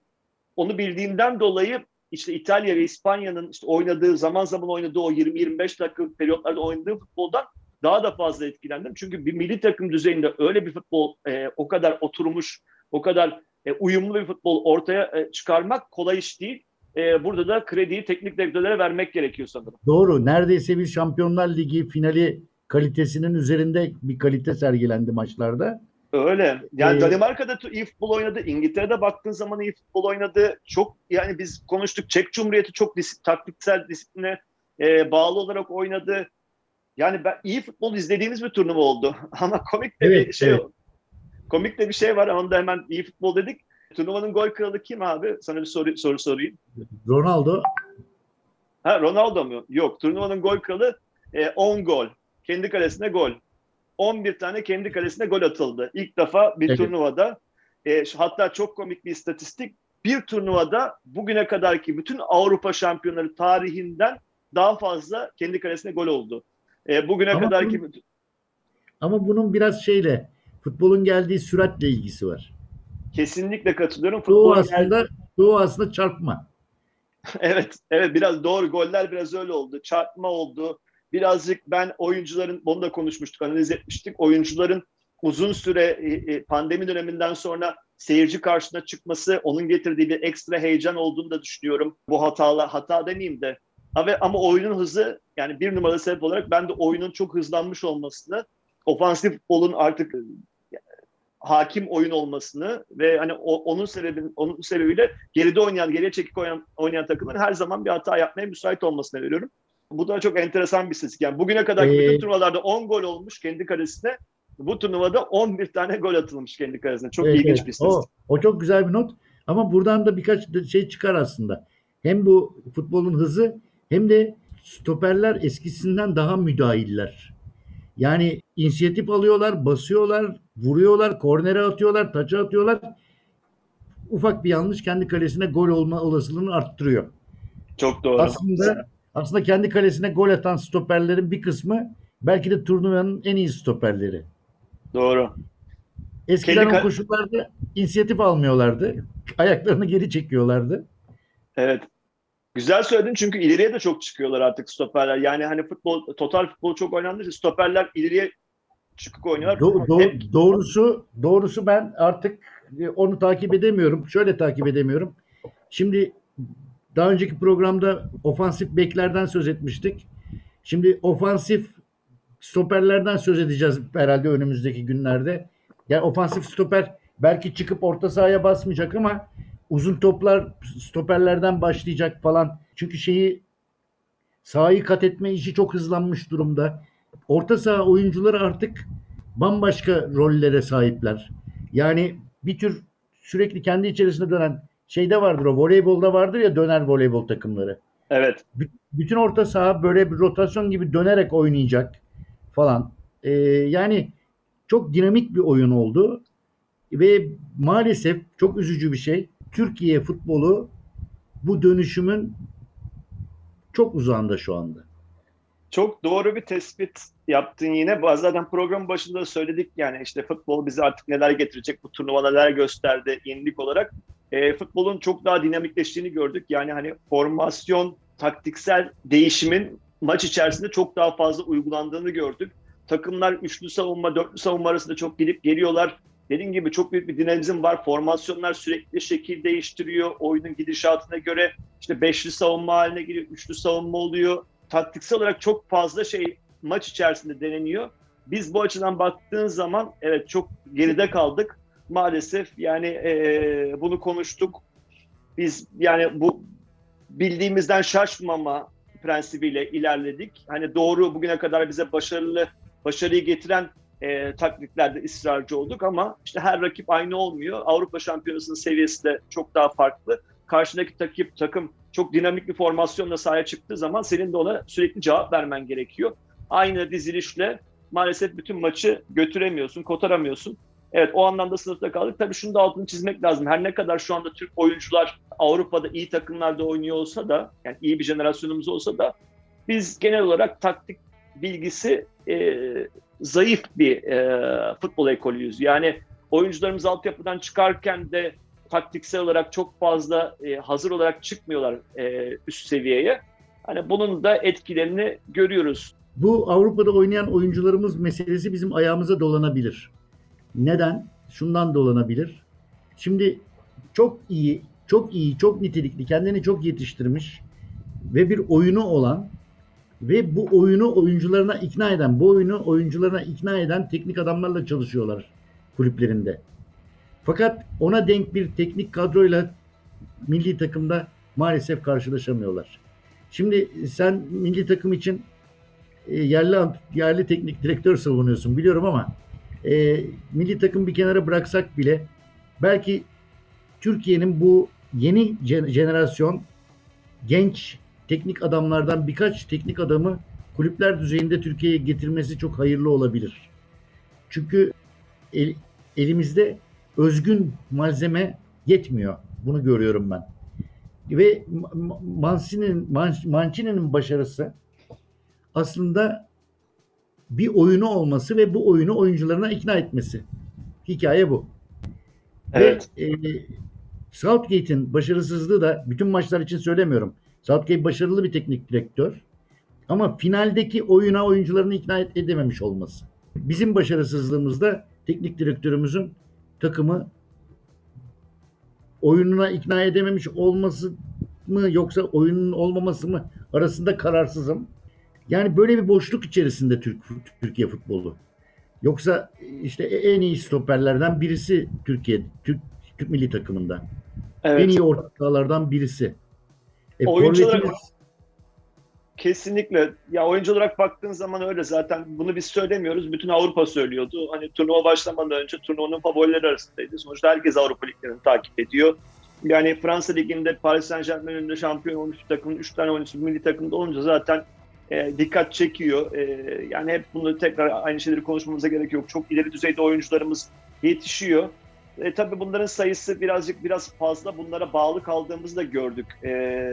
onu bildiğimden dolayı işte İtalya ve İspanya'nın işte oynadığı, zaman zaman oynadığı o yirmi yirmi beş dakikalık periyotlarda oynadığı futboldan daha da fazla etkilendim. Çünkü bir milli takım düzeyinde öyle bir futbol e, o kadar oturmuş, o kadar e, uyumlu bir futbol ortaya e, çıkarmak kolay iş değil. E, burada da krediyi teknik direktörlere vermek gerekiyor sanırım. Doğru. Neredeyse bir Şampiyonlar Ligi finali kalitesinin üzerinde bir kalite sergilendi maçlarda. Öyle. Yani Ee, Danimarka'da iyi futbol oynadı. İngiltere'de baktığın zaman iyi futbol oynadı. Çok yani biz konuştuk. Çek Cumhuriyeti çok dis- taktiksel disipline e, bağlı olarak oynadı. Yani ben iyi futbol izlediğimiz bir turnuva oldu. Ama komik de Evet, bir şey evet. komik de bir şey var. Onu da hemen iyi futbol dedik. Turnuvanın gol kralı kim abi? Sana bir soru soru sorayım. Ronaldo. Ha Ronaldo mu? Yok. Turnuvanın gol kralı e, on gol. Kendi kalesine gol. on bir tane kendi kalesine gol atıldı. İlk defa bir Evet. turnuvada. E, hatta çok komik bir istatistik. Bir turnuvada bugüne kadarki bütün Avrupa şampiyonları tarihinden daha fazla kendi kalesine gol oldu. E, bugüne Ama kadarki bunun, ama bunun biraz şeyle, futbolun geldiği süratle ilgisi var. kesinlikle katılıyorum. Çoğu Futbolun aslında, geldi. çoğu aslında çarpma. Evet, evet biraz doğru. Goller biraz öyle oldu. Çarpma oldu. birazcık ben oyuncuların, bunu da konuşmuştuk, analiz etmiştik. Oyuncuların uzun süre pandemi döneminden sonra seyirci karşısına çıkması, onun getirdiği bir ekstra heyecan olduğunu da düşünüyorum. Bu hatalar, hata demeyeyim de. Ama oyunun hızı, yani bir numaralı sebep olarak ben de oyunun çok hızlanmış olmasını, ofansif futbolun artık hakim oyun olmasını ve hani o, onun sebebin onun sebebiyle geride oynayan, geriye çekik oynayan, oynayan takımların her zaman bir hata yapmaya müsait olmasına veriyorum. Bu da çok enteresan bir istatistik. Yani bugüne kadar ee... bütün turnuvalarda on gol olmuş kendi kalesine. Bu turnuvada on bir tane gol atılmış kendi kalesine. Çok evet, ilginç evet. bir istatistik. O, o çok güzel bir not. Ama buradan da birkaç şey çıkar aslında. Hem bu futbolun hızı hem de stoperler eskisinden daha müdahiller. Yani inisiyatif alıyorlar, basıyorlar, vuruyorlar, kornere atıyorlar, taça atıyorlar. Ufak bir yanlış kendi kalesine gol olma olasılığını arttırıyor. Çok doğru. Aslında aslında kendi kalesine gol atan stoperlerin bir kısmı belki de turnuvanın en iyi stoperleri. Doğru. Eskiden kendi o koşullarda inisiyatif almıyorlardı. Ayaklarını geri çekiyorlardı. Evet. Güzel söyledin çünkü ileriye de çok çıkıyorlar artık stoperler. Yani hani futbol, total futbol çok oynandığı için stoperler ileriye çıkıp oynuyorlar. Do- do- Hep... Doğrusu doğrusu ben artık onu takip edemiyorum. Şöyle takip edemiyorum. Şimdi daha önceki programda ofansif beklerden söz etmiştik. Şimdi ofansif stoperlerden söz edeceğiz herhalde önümüzdeki günlerde. Yani ofansif stoper belki çıkıp orta sahaya basmayacak ama uzun toplar stoperlerden başlayacak falan. Çünkü şeyi sahayı kat etme işi çok hızlanmış durumda. Orta saha oyuncuları artık bambaşka rollere sahipler. Yani bir tür sürekli kendi içerisinde dönen şeyde vardır o. Voleybolda vardır ya döner voleybol takımları. Evet. B- bütün orta saha böyle bir rotasyon gibi dönerek oynayacak falan. Ee, yani çok dinamik bir oyun oldu. Ve maalesef çok üzücü bir şey. Türkiye futbolu bu dönüşümün çok uzağında şu anda. Çok doğru bir tespit yaptın yine. Zaten programın başında söyledik yani işte futbol bize artık neler getirecek, bu turnuva neler gösterdi yenilik olarak. E, futbolun çok daha dinamikleştiğini gördük. Yani hani formasyon, taktiksel değişimin maç içerisinde çok daha fazla uygulandığını gördük. Takımlar üçlü savunma, dörtlü savunma arasında çok gidip geliyorlar. Dediğim gibi çok büyük bir dinamizm var. Formasyonlar sürekli şekil değiştiriyor. Oyunun gidişatına göre işte beşli savunma haline geliyor, üçlü savunma oluyor. Taktiksel olarak çok fazla şey maç içerisinde deneniyor. Biz bu açıdan baktığın zaman evet çok geride kaldık. Maalesef yani e, bunu konuştuk. Biz yani bu bildiğimizden şaşmama prensibiyle ilerledik. Hani doğru bugüne kadar bize başarılı başarıyı getiren e, taktiklerde ısrarcı olduk ama işte her rakip aynı olmuyor. Avrupa Şampiyonası'nın seviyesi de çok daha farklı. Karşındaki takım, takım çok dinamik bir formasyonla sahaya çıktığı zaman senin de ona sürekli cevap vermen gerekiyor. Aynı dizilişle maalesef bütün maçı götüremiyorsun, kotaramıyorsun. Evet o anlamda sınıfta kaldık. Tabii şunu da altını çizmek lazım. Her ne kadar şu anda Türk oyuncular Avrupa'da iyi takımlarda oynuyor olsa da, yani iyi bir jenerasyonumuz olsa da biz genel olarak taktik bilgisi e, zayıf bir e, futbol ekolüyüz. Yani oyuncularımız altyapıdan çıkarken de taktiksel olarak çok fazla e, hazır olarak çıkmıyorlar e, üst seviyeye. Hani bunun da etkilerini görüyoruz. Bu Avrupa'da oynayan oyuncularımız meselesi bizim ayağımıza dolanabilir. Neden? Şundan dolanabilir. Şimdi çok iyi, çok iyi, çok nitelikli, kendini çok yetiştirmiş ve bir oyunu olan ve bu oyunu oyuncularına ikna eden, bu oyunu oyuncularına ikna eden teknik adamlarla çalışıyorlar kulüplerinde. Fakat ona denk bir teknik kadroyla milli takımda maalesef karşılaşamıyorlar. Şimdi sen milli takım için e, yerli yerli teknik direktör savunuyorsun biliyorum ama e, milli takım bir kenara bıraksak bile belki Türkiye'nin bu yeni jenerasyon genç teknik adamlardan birkaç teknik adamı kulüpler düzeyinde Türkiye'ye getirmesi çok hayırlı olabilir. Çünkü el, elimizde özgün malzeme yetmiyor. Bunu görüyorum ben. Ve Mancini'nin Mancini'nin başarısı aslında bir oyunu olması ve bu oyunu oyuncularına ikna etmesi. Hikaye bu. Evet. Ve e, Southgate'in başarısızlığı da bütün maçlar için söylemiyorum. Southgate başarılı bir teknik direktör. Ama finaldeki oyuna oyuncularını ikna edememiş olması. Bizim başarısızlığımızda teknik direktörümüzün takımı oyununa ikna edememiş olması mı yoksa oyunun olmaması mı arasında kararsızım. Yani böyle bir boşluk içerisinde Türk, Türkiye futbolu. Yoksa işte en iyi stoperlerden birisi Türkiye, Türk, Türk milli takımında. Evet. En iyi orta sahalardan birisi. E, Oyuncu olarak forvetimiz... Kesinlikle. Ya oyuncu olarak baktığın zaman öyle zaten. Bunu biz söylemiyoruz. Bütün Avrupa söylüyordu. Hani turnuva başlamadan önce turnuvanın favorileri arasındaydı. Sonuçta herkes Avrupa liglerini takip ediyor. Yani Fransa Ligi'nde Paris Saint-Germain'in önünde şampiyon olmuş bir takımın üç tane oyuncusu milli takımda olunca zaten e, dikkat çekiyor. E, yani hep bunu tekrar aynı şeyleri konuşmamıza gerek yok. Çok ileri düzeyde oyuncularımız yetişiyor. E, tabii bunların sayısı birazcık biraz fazla. Bunlara bağlı kaldığımızı da gördük. E,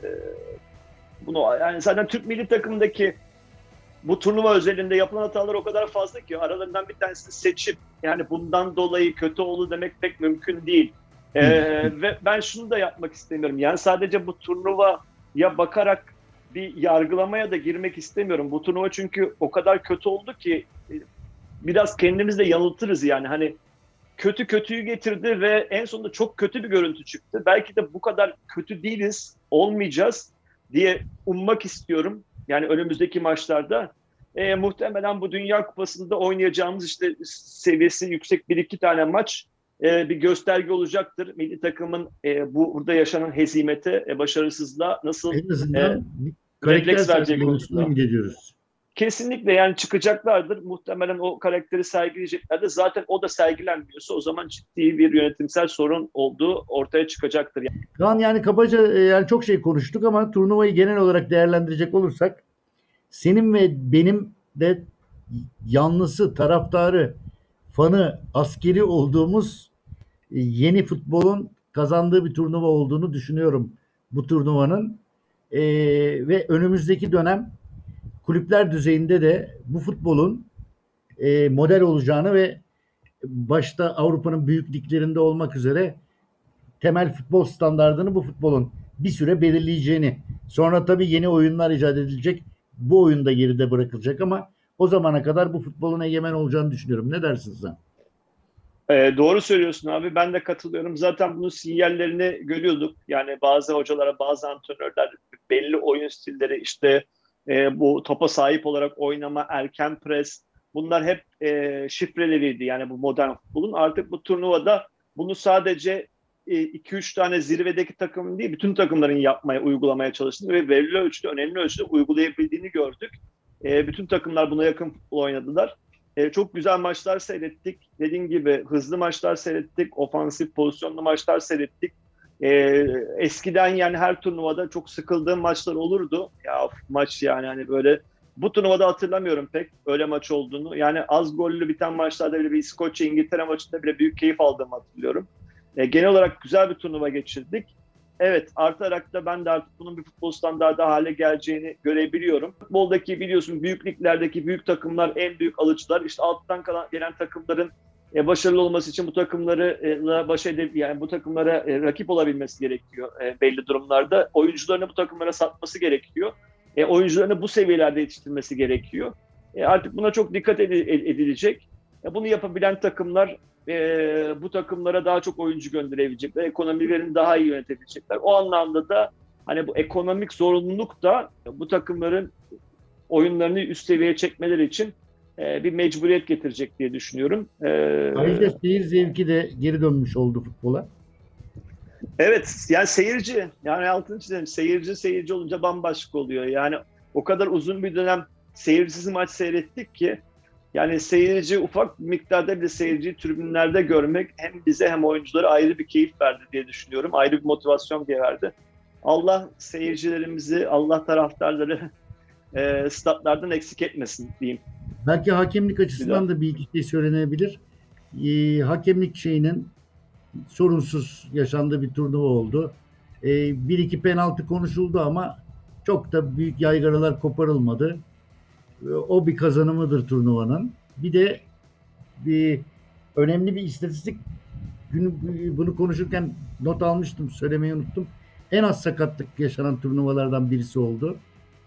bunu yani zaten Türk milli takımındaki bu turnuva özelinde yapılan hatalar o kadar fazla ki aralarından bir tanesini seçip yani bundan dolayı kötü oldu demek pek mümkün değil. Ee, ve ben şunu da yapmak istemiyorum. Yani sadece bu turnuvaya bakarak bir yargılamaya da girmek istemiyorum. Bu turnuva çünkü o kadar kötü oldu ki biraz kendimizi de yanıltırız yani. Hani kötü kötüyü getirdi ve en sonunda çok kötü bir görüntü çıktı. Belki de bu kadar kötü değiliz, olmayacağız diye ummak istiyorum. Yani önümüzdeki maçlarda e, muhtemelen bu Dünya Kupası'nda oynayacağımız işte seviyesi yüksek bir iki tane maç e, bir gösterge olacaktır. Milli takımın e, bu burada yaşanan hezimete, e, başarısızlığa nasıl En azından e, karakter refleks vereceği sergilemesini konusunda. ümit ediyoruz. Kesinlikle yani çıkacaklardır. Muhtemelen o karakteri sergileyeceklerdir. Zaten o da sergilenmiyorsa o zaman ciddi bir yönetimsel sorun olduğu ortaya çıkacaktır. Yani. Kaan yani kabaca yani çok şey konuştuk ama turnuvayı genel olarak değerlendirecek olursak senin ve benim de yanlısı, taraftarı, fanı, askeri olduğumuz yeni futbolun kazandığı bir turnuva olduğunu düşünüyorum bu turnuvanın. Ee, ve önümüzdeki dönem kulüpler düzeyinde de bu futbolun e, model olacağını ve başta Avrupa'nın büyük liglerinde olmak üzere temel futbol standardını bu futbolun bir süre belirleyeceğini, sonra tabii yeni oyunlar icat edilecek, bu oyun da geride bırakılacak ama o zamana kadar bu futbolun egemen olacağını düşünüyorum. Ne dersin sen? Ee, doğru söylüyorsun abi. Ben de katılıyorum. Zaten bunun sinyallerini görüyorduk. Yani bazı hocalara, bazı antrenörler belli oyun stilleri işte e, bu topa sahip olarak oynama, erken pres bunlar hep e, şifreleriydi. Yani bu modern futbolun. Artık bu turnuvada bunu sadece iki üç tane zirvedeki takımın değil, bütün takımların yapmaya, uygulamaya çalıştığını ve belirli ölçüde, önemli ölçüde uygulayabildiğini gördük. E, bütün takımlar buna yakın futbol oynadılar. E, çok güzel maçlar seyrettik. Dediğim gibi hızlı maçlar seyrettik. Ofansif, pozisyonlu maçlar seyrettik. E, eskiden yani her turnuvada çok sıkıldığım maçlar olurdu. Ya maç yani hani böyle bu turnuvada hatırlamıyorum pek öyle maç olduğunu. Yani az gollü biten maçlarda bile bir İskoçya, İngiltere maçında bile büyük keyif aldığımı hatırlıyorum. E, genel olarak güzel bir turnuva geçirdik. Evet, artarak da ben de artık bunun bir futbol standardı hale geleceğini görebiliyorum. Futboldaki biliyorsun büyük liglerdeki büyük takımlar en büyük alıcılar. İşte alttan kalan gelen takımların e, başarılı olması için bu takımlara baş edip yani bu takımlara e, rakip olabilmesi gerekiyor e, belli durumlarda. Oyuncularını bu takımlara satması gerekiyor. E, oyuncularını bu seviyelerde yetiştirmesi gerekiyor. E, artık buna çok dikkat edilecek. E, bunu yapabilen takımlar e, bu takımlara daha çok oyuncu gönderebilecekler. Ekonomilerini daha iyi yönetebilecekler. O anlamda da hani bu ekonomik zorunluluk da bu takımların oyunlarını üst seviyeye çekmeleri için e, bir mecburiyet getirecek diye düşünüyorum. E, Ayrıca seyir zevki de geri dönmüş oldu futbola. Evet, yani seyirci, yani altını çizelim, seyirci seyirci olunca bambaşka oluyor. Yani o kadar uzun bir dönem seyircisiz maç seyrettik ki yani seyirci ufak miktarda bile seyirciyi tribünlerde görmek hem bize hem oyunculara ayrı bir keyif verdi diye düşünüyorum. Ayrı bir motivasyon diye verdi. Allah seyircilerimizi, Allah taraftarları e, statlardan eksik etmesin diyeyim. Belki hakemlik açısından da bir iki şey söylenebilir. Ee, hakemlik şeyinin sorunsuz yaşandığı bir turnuva oldu. Ee, bir iki penaltı konuşuldu ama çok da büyük yaygaralar koparılmadı. Ee, o bir kazanımıdır turnuvanın. Bir de bir önemli bir istatistik günü, bunu konuşurken not almıştım, söylemeyi unuttum. En az sakatlık yaşanan turnuvalardan birisi oldu.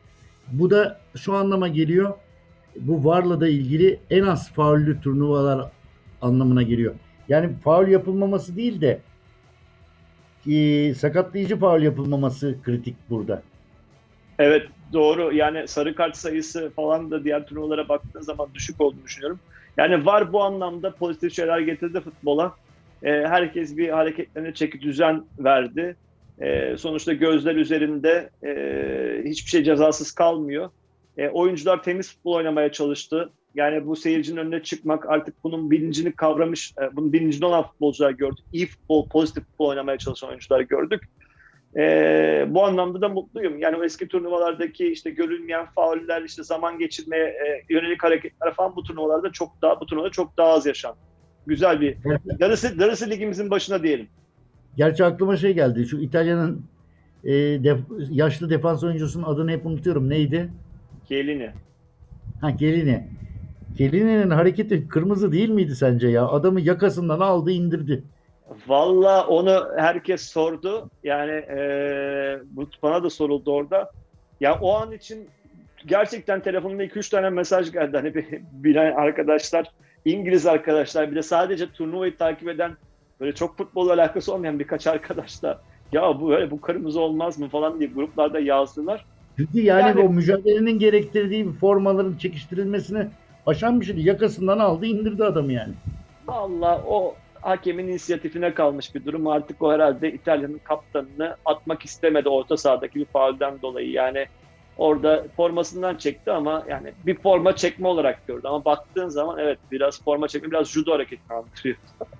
Bu da şu anlama geliyor. Bu VAR'la da ilgili en az faullü turnuvalar anlamına geliyor. Yani faul yapılmaması değil de e, sakatlayıcı faul yapılmaması kritik burada. Evet, doğru. Yani sarı kart sayısı falan da diğer turnuvalara baktığın zaman düşük olduğunu düşünüyorum. Yani VAR bu anlamda pozitif şeyler getirdi futbola. Ee, herkes bir hareketlerine çeki düzen verdi. Ee, sonuçta gözler üzerinde e, hiçbir şey cezasız kalmıyor. E, oyuncular temiz futbol oynamaya çalıştı. Yani bu seyircinin önüne çıkmak, artık bunun bilincini kavramış, e, bunun bilincinde olan futbolcular gördük. İyi futbol, pozitif futbol oynamaya çalışan oyuncular gördük. Ee, bu anlamda da mutluyum. Yani o eski turnuvalardaki işte görülmeyen fauller, işte zaman geçirmeye e, yönelik hareketler falan bu turnuvalarda çok daha bu turnuvada çok daha az yaşandı. Güzel bir darısı, darısı ligimizin başına diyelim. Gerçi aklıma şey geldi. Şu İtalya'nın e, def- yaşlı defans oyuncusunun adını hep unutuyorum. Neydi? Chiellini. Ha, Chiellini. Chiellini'nin hareketi kırmızı değil miydi sence ya? Adamı yakasından aldı, indirdi. Valla onu herkes sordu. Yani e, bu bana da soruldu orada. Ya o an için gerçekten telefonumda iki üç tane mesaj geldi. Hani bilen arkadaşlar, İngiliz arkadaşlar, bir de sadece turnuvayı takip eden, böyle çok futbolla alakası olmayan birkaç arkadaş da ya bu böyle bu kırmızı olmaz mı falan diye gruplarda yazdılar. Çünkü yani, Yani- o mücadelenin gerektirdiği formaların çekiştirilmesini aşan bir şeydi. Yakasından aldı, indirdi adamı yani. Valla o hakemin inisiyatifine kalmış bir durum. Artık o herhalde İtalya'nın kaptanını atmak istemedi orta sahadaki bir faulden dolayı. Yani orada formasından çekti ama yani bir forma çekme olarak gördü. Ama baktığın zaman evet, biraz forma çekme, biraz judo hareketini andırıyor.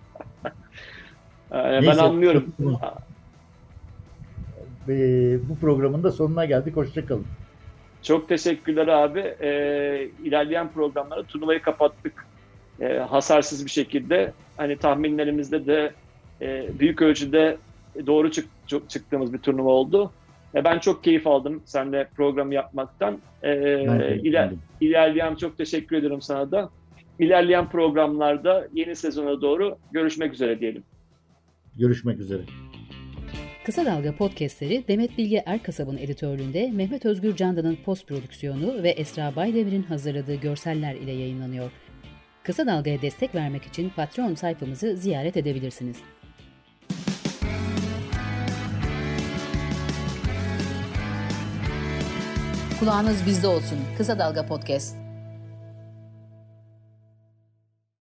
yani ben Neyse. anlıyorum. Ee, bu programın da sonuna geldik. Hoşçakalın. Çok teşekkürler abi. Ee, ilerleyen programlarda turnuvayı kapattık. Ee, hasarsız bir şekilde. Hani tahminlerimizde de e, büyük ölçüde doğru çık, çok çıktığımız bir turnuva oldu. E, ben çok keyif aldım seninle programı yapmaktan. Ee, iler, ilerleyen çok teşekkür ederim sana da. İlerleyen programlarda yeni sezona doğru görüşmek üzere diyelim. Görüşmek üzere. Kısa Dalga podcastleri Demet Bilge Erkasab'ın editörlüğünde Mehmet Özgür Candan'ın post prodüksiyonu ve Esra Baydemir'in hazırladığı görseller ile yayınlanıyor. Kısa Dalga'ya destek vermek için Patreon sayfamızı ziyaret edebilirsiniz. Kulağınız bizde olsun. Kısa Dalga Podcast.